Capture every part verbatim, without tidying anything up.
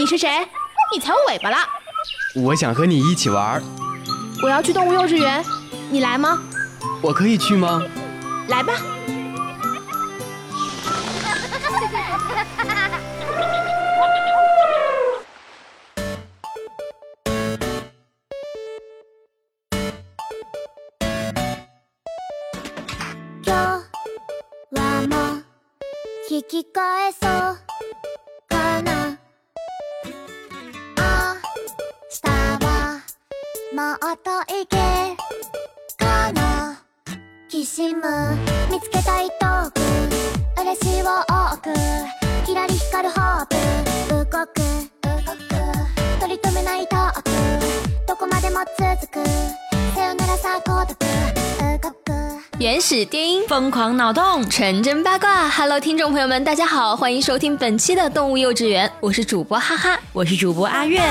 你是谁？你踩我尾巴了。 我想和你一起玩。 我要去动物幼稚园，你来吗？ 我可以去吗？ 来吧。 聞き返そうかなあ明日はもっといけかなきしむ見つけたいトーク嬉しいを多くキラリ光るホープ動く動く取り留めないトークどこまでも続くさよならさ孤独動く原始电音， 疯狂脑洞， 纯真八卦。Hello， 听众朋友们，大家好，欢迎收听本期的动物幼稚园，我是主播哈哈， 我是主播阿月。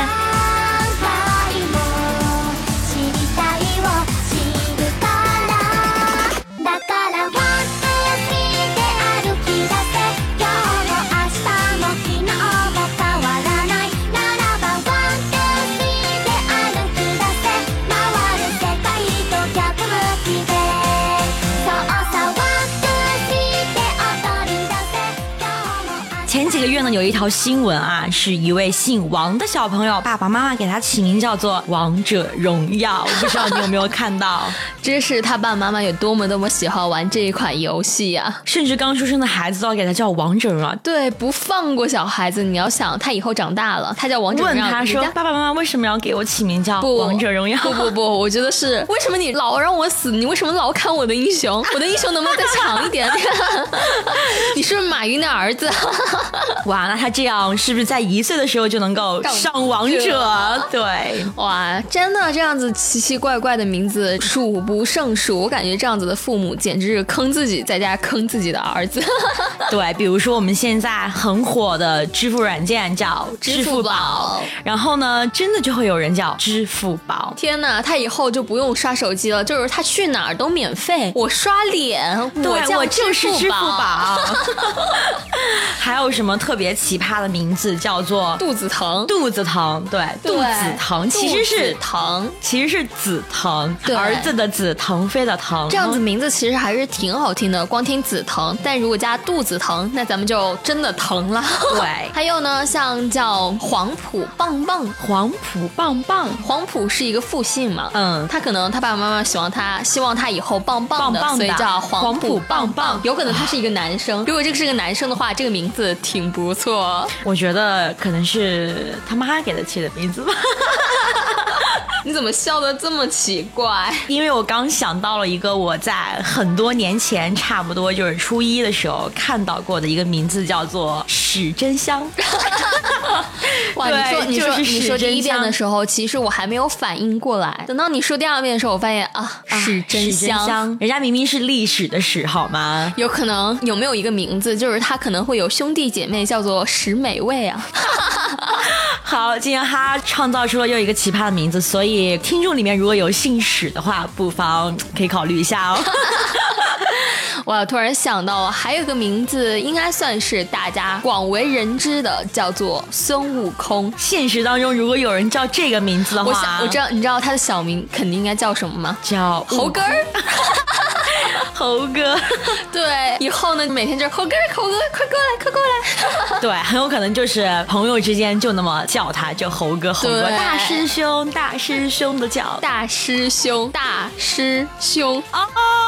前几个月呢，有一条新闻啊，是一位姓王的小朋友，爸爸妈妈给他起名叫做王者荣耀，我不知道你有没有看到。 这是他爸爸妈妈有多么多么喜欢玩这一款游戏啊， 甚至刚出生的孩子都要给他叫王者荣耀。 对，不放过小孩子。你要想他以后长大了，他叫王者荣耀， 问他说爸爸妈妈为什么要给我起名叫王者荣耀？ 不不不，我觉得是为什么你老让我死，你为什么老砍我的英雄，我的英雄能不能再强一点？你是不是马云的儿子？ 哇，那他这样是不是在一岁的时候就能够上王者？对， 哇，真的这样子奇奇怪怪的名字数不胜数，我感觉这样子的父母简直是坑自己在家坑自己的儿子。 对，比如说我们现在很火的支付软件叫支付宝，然后呢真的就会有人叫支付宝。 天哪，他以后就不用刷手机了，就是他去哪儿都免费，我刷脸， 对， 我叫我就是支付宝。还有什么特别奇葩的名字叫做肚子疼？ 肚子疼，对，肚子疼其实是疼， 其实是子腾，儿子的子，腾飞的腾。 这样子名字其实还是挺好听的，光听子腾，但如果加肚子疼，那咱们就真的疼了。 对， 还有呢，像叫黄埔棒棒， 黄埔棒棒， 黄埔是一个复姓嘛， 嗯， 他可能他爸爸妈妈希望他希望他以后棒棒的， 棒棒的所以叫黄埔棒棒棒。 有可能他是一个男生，如果这个是个男生的话，这个名字挺不错。 我觉得可能是他妈给他起的名字吧。 你怎么笑得这么奇怪？ 因为我刚想到了一个我在很多年前差不多就是初一的时候看到过的一个名字，叫做史真香。 哇，你说你说、 就是、 你说第一遍的时候，其实我还没有反应过来，等到你说第二遍的时候，我发现啊，史真香， 人家明明是历史的史好吗？ 有可能有没有一个名字，就是他可能会有兄弟姐妹叫做史美味啊。 好，今天哈创造出了又一个奇葩的名字，所以听众里面如果有姓史的话，不妨可以考虑一下哦。 我突然想到了，还有一个名字应该算是大家广为人知的，叫做孙悟空。 现实当中如果有人叫这个名字的话， 我想我知道，你知道他的小名肯定应该叫什么吗？ 叫猴哥儿。 猴哥， 对，以后呢，每天就是猴哥，猴哥，快过来，快过来。 对，很有可能就是朋友之间就那么叫他，就猴哥，猴哥，大师兄，大师兄的叫， 大师兄，大师兄。 哦，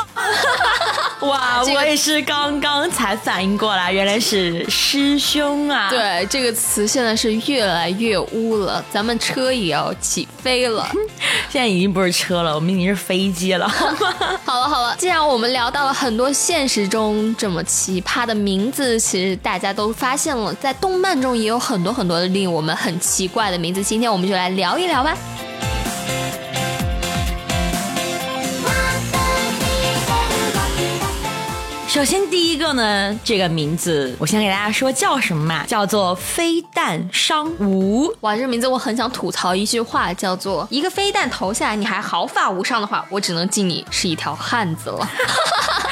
哇，这个、我也是刚刚才反应过来，原来是师兄啊。 对，这个词现在是越来越污了，咱们车也要起飞了。 现在已经不是车了，我们已经是飞机了。 好了好了，既然我们聊到了很多现实中这么奇葩的名字，其实大家都发现了，在动漫中也有很多很多的令我们很奇怪的名字。今天我们就来聊一聊吧。 首先第一个呢，这个名字我先给大家说叫什么嘛，叫做飞弹伤无。 哇，这名字我很想吐槽一句话，叫做一个飞弹投下来你还毫发无伤的话，我只能记你是一条汉子了。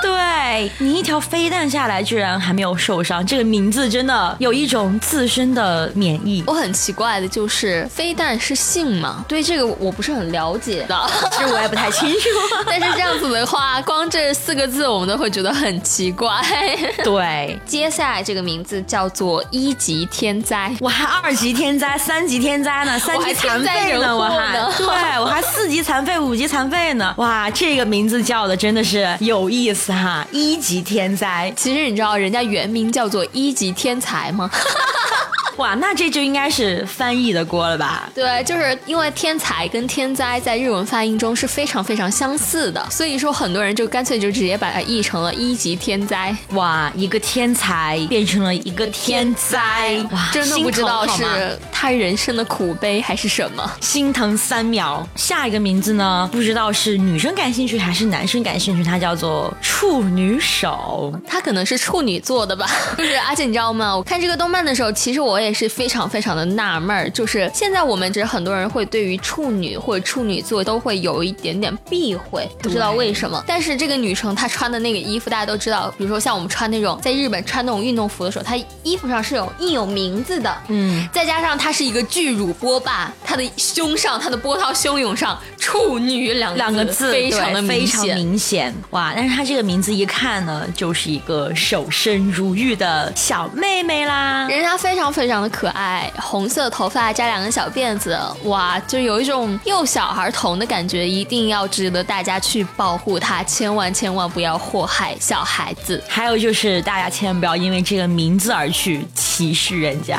对，你一条飞弹下来居然还没有受伤，这个名字真的有一种自身的免疫。 我很奇怪的就是飞弹是姓吗？对这个我不是很了解的， 其实我也不太清楚。 但是这样子的话，光这四个字我们都会觉得很奇怪。 对， 接下来这个名字叫做一级天灾， 我还二级天灾、三级天灾呢，三级残废呢，我还对我还四级残废、五级残废呢。哇，这个名字叫的真的是有意思哈！一级天灾， 其实你知道人家原名叫做一级天才吗？ 哇，那这就应该是翻译的锅了吧？ 对，就是因为天才跟天灾在日文发音中是非常非常相似的，所以说很多人就干脆就直接把它译成了一级天灾。 哇，一个天才变成了一个天灾，哇， 真的不知道是他人生的苦悲还是什么， 心疼三秒。下一个名字呢，不知道是女生感兴趣还是男生感兴趣，它叫做处女手， 它可能是处女座的吧。就是而且你知道吗？我看这个动漫的时候，其实我也是非常非常的纳闷儿，就是现在我们其实很多人会对于处女或者处女座都会有一点点避讳，不知道为什么。但是这个女生她穿的那个衣服，大家都知道，比如说像我们穿那种在日本穿那种运动服的时候，她衣服上是有印有名字的，嗯，再加上她是一个巨乳波霸，她的胸上，她的波涛汹涌上处女两两个字非常的明显， 非常明显。哇！但是她这个名字一看呢，就是一个守身如玉的小妹妹啦， 人家非常非常的可爱，红色头发加两个小辫子，哇，就有一种幼小孩童的感觉，一定要值得大家去保护她，千万千万不要祸害小孩子。 还有就是大家千万不要因为这个名字而去歧视人家。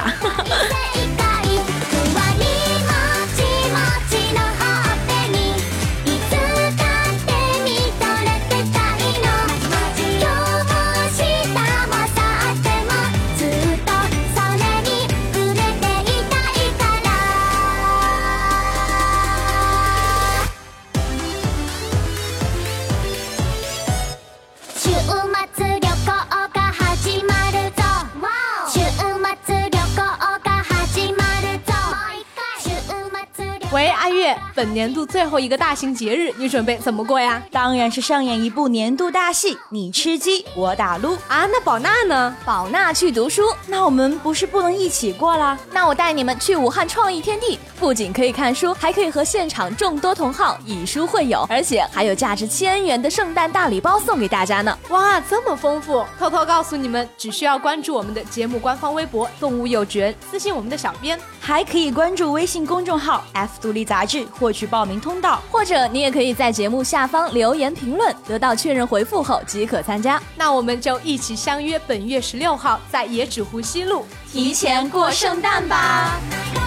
喂，阿月，本年度最后一个大型节日，你准备怎么过呀？ 当然是上演一部年度大戏，你吃鸡，我打撸啊。那宝娜呢？ 宝娜去读书，那我们不是不能一起过啦？那我带你们去武汉创意天地，不仅可以看书，还可以和现场众多同好以书会友，而且还有价值千元的圣诞大礼包送给大家呢！ 哇，这么丰富！偷偷告诉你们，只需要关注我们的节目官方微博“动物幼稚园”，私信我们的小编， 还可以关注微信公众号 F 独立杂志获取报名通道，或者你也可以在节目下方留言评论，得到确认回复后即可参加。 那我们就一起相约本月十六号在野指湖西路， 提前过圣诞吧！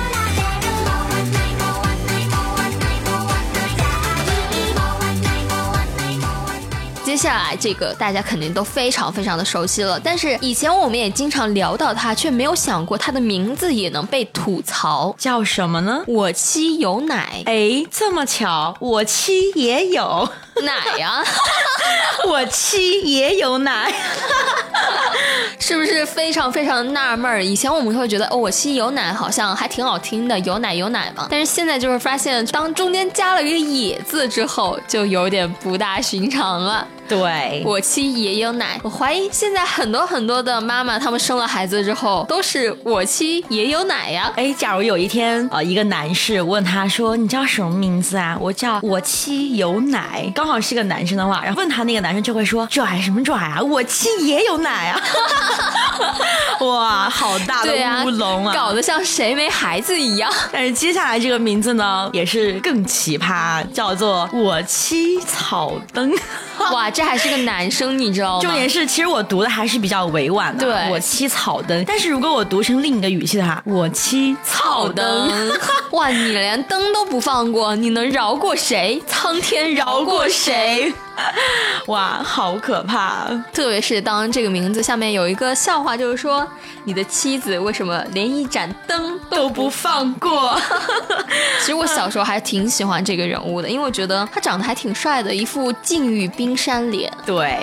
接下来这个大家肯定都非常非常的熟悉了，但是以前我们也经常聊到它，却没有想过它的名字也能被吐槽， 叫什么呢？ 我妻有奶。 哎，这么巧，我妻也有奶呀、啊、 我妻也有奶是不是非常非常纳闷？以前我们会觉得哦，我妻有奶好像还挺好听的，有奶有奶嘛。但是现在就是发现，当中间加了一个野字之后，就有点不大寻常了。 对， 我妻也有奶，我怀疑现在很多很多的妈妈，她们生了孩子之后都是我妻也有奶呀。 哎，假如有一天呃，一个男士问他说：“你叫什么名字啊？”我叫我妻有奶，刚好是个男生的话，然后问他那个男生就会说：“拽什么拽啊？我妻也有奶啊！”哇，好大的乌龙啊， 啊搞得像谁没孩子一样。 但是接下来这个名字呢，也是更奇葩，叫做我妻草灯。 哇，这还是个男生，你知道吗？ 重点是，其实我读的还是比较委婉的， 对， 我妻草灯。但是如果我读成另一个语气的话，我妻草灯。 哇，你连灯都不放过，你能饶过谁？苍天饶过谁？ 哇，好可怕！ 特别是当这个名字下面有一个笑话，就是说你的妻子为什么连一盏灯都不放过？其实我小时候还挺喜欢这个人物的，因为我觉得他长得还挺帅的，一副禁欲冰山脸。 对。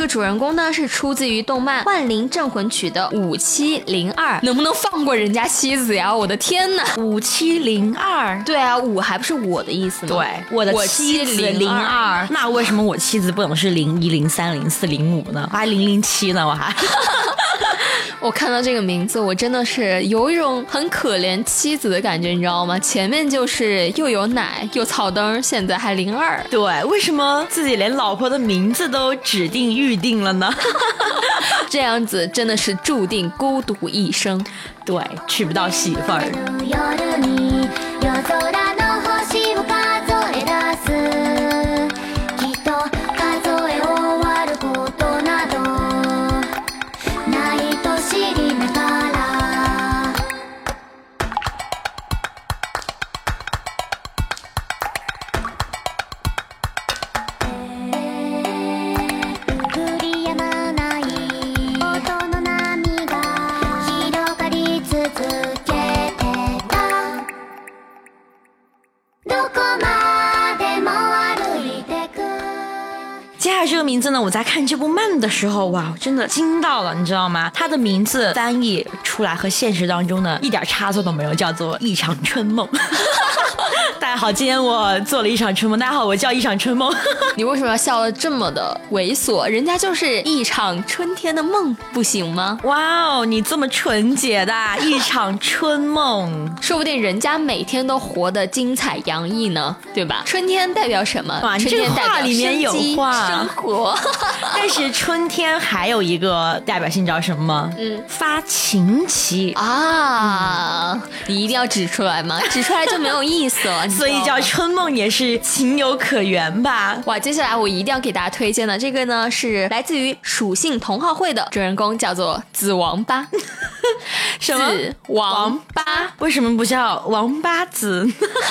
个主人公呢是出自于动漫《幻灵镇魂曲》的五七零二，能不能放过人家妻子呀？我的天哪！ 五七零二， 对啊，五还不是我的意思吗？ 对，我的妻子零二，那为什么我妻子不能是零一零三零四零五呢？我还零零七呢，我还。 我看到这个名字，我真的是有一种很可怜妻子的感觉，你知道吗？前面就是又有奶又草灯，现在还零二。 对，为什么自己连老婆的名字都指定预定了呢？ 这样子真的是注定孤独一生。 对，娶不到媳妇儿。接下来这个名字呢，我在看这部漫的时候，哇，真的惊到了，你知道吗？它的名字翻译出来和现实当中呢一点差错都没有，叫做一场春梦。大家好，今天我做了一场春梦。大家好，我叫一场春梦。 你为什么要笑得这么的猥琐？人家就是一场春天的梦，不行吗？ 哇哦，你这么纯洁的一场春梦， 说不定人家每天都活得精彩洋溢呢，对吧？春天代表什么？ 哇， 春天代表里面有话， 生活。 但是春天还有一个代表性，你知道什么吗？嗯，发情期啊、嗯！你一定要指出来吗？指出来就没有意思了。 所以叫春梦也是情有可原吧。 哇，接下来我一定要给大家推荐的这个呢，是来自于属性同好会的主人公，叫做紫王八。 什么？ 紫王八？ 为什么不叫王八子？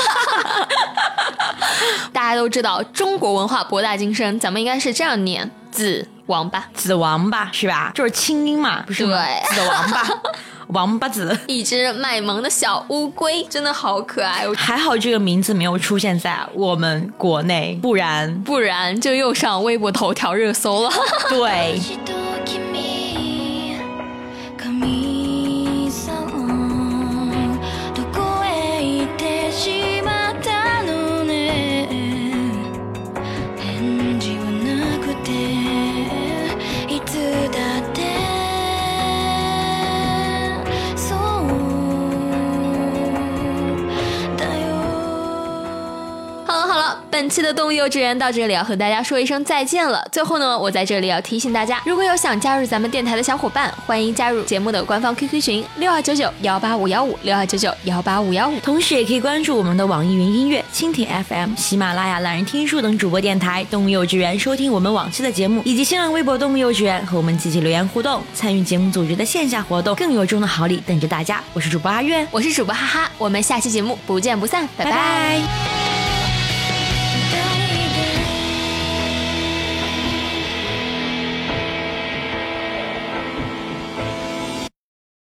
大家都知道中国文化博大精深，咱们应该是这样念：紫王八， 紫王八是吧？就是清音嘛，不是吗？ 对， 紫王八。王八子， 一只卖萌的小乌龟，真的好可爱。 还好这个名字没有出现在我们国内，不然不然就又上微博头条热搜了。 对。 本期的动物幼稚园到这里要和大家说一声再见了。最后呢，我在这里要提醒大家，如果有想加入咱们电台的小伙伴，欢迎加入节目的官方 Q Q 群六二九九幺八五幺五六二九九幺八五幺五， 同时也可以关注我们的网易云音乐、蜻蜓 F M、喜马拉雅、懒人听书等主播电台动物幼稚园，收听我们往期的节目，以及新浪微博动物幼稚园和我们积极留言互动，参与节目组织的线下活动，更有重的好礼等着大家。我是主播阿月， 我是主播哈哈，我们下期节目不见不散，拜拜。 拜拜。